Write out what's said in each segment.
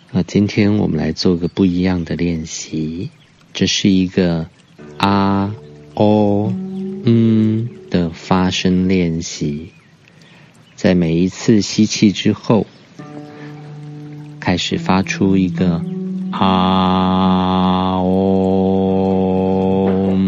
今天我们来做个不一样的练习，这是一个啊、哦、的发声练习。在每一次吸气之后，开始发出一个啊、哦、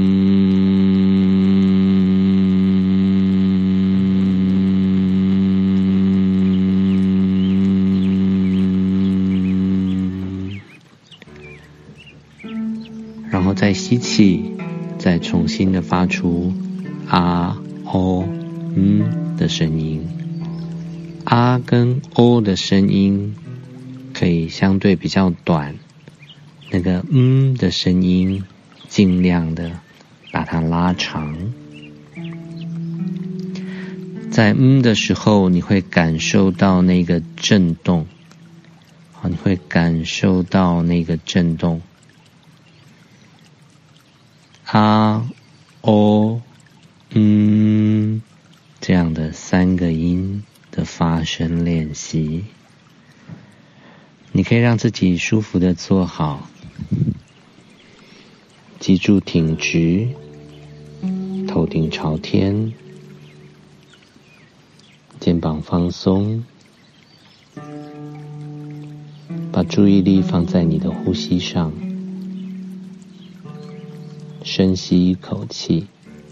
然后再吸气，再重新的发出啊、哦、的声音。啊跟哦的声音可以相对比较短，那个的声音尽量的把它拉长。在的时候，你会感受到那个震动，你会感受到那个震动。啊、哦、这样的3个音的发声练习，你可以让自己舒服的坐好，脊柱挺直，头顶朝天，肩膀放松，把注意力放在你的呼吸上，深吸一口气，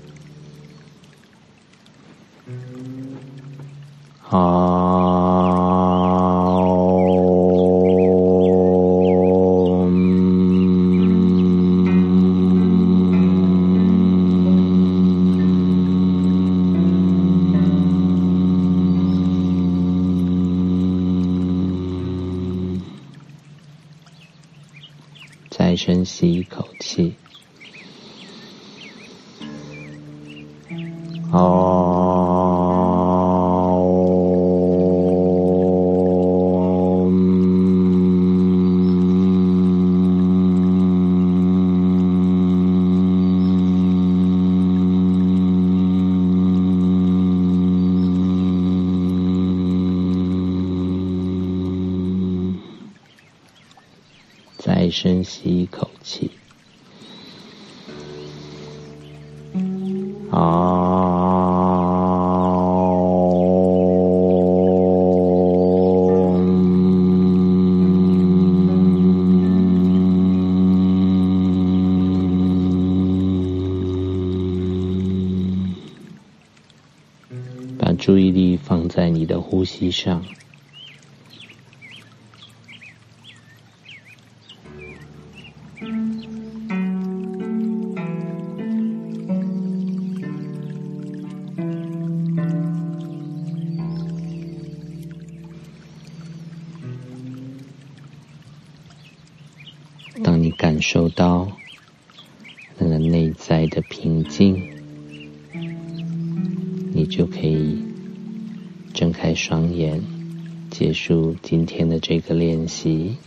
再深吸一口气，再深吸一口气，把注意力放在你的呼吸上。当你感受到那个内在的平静，你就可以睁开双眼，结束今天的这个练习。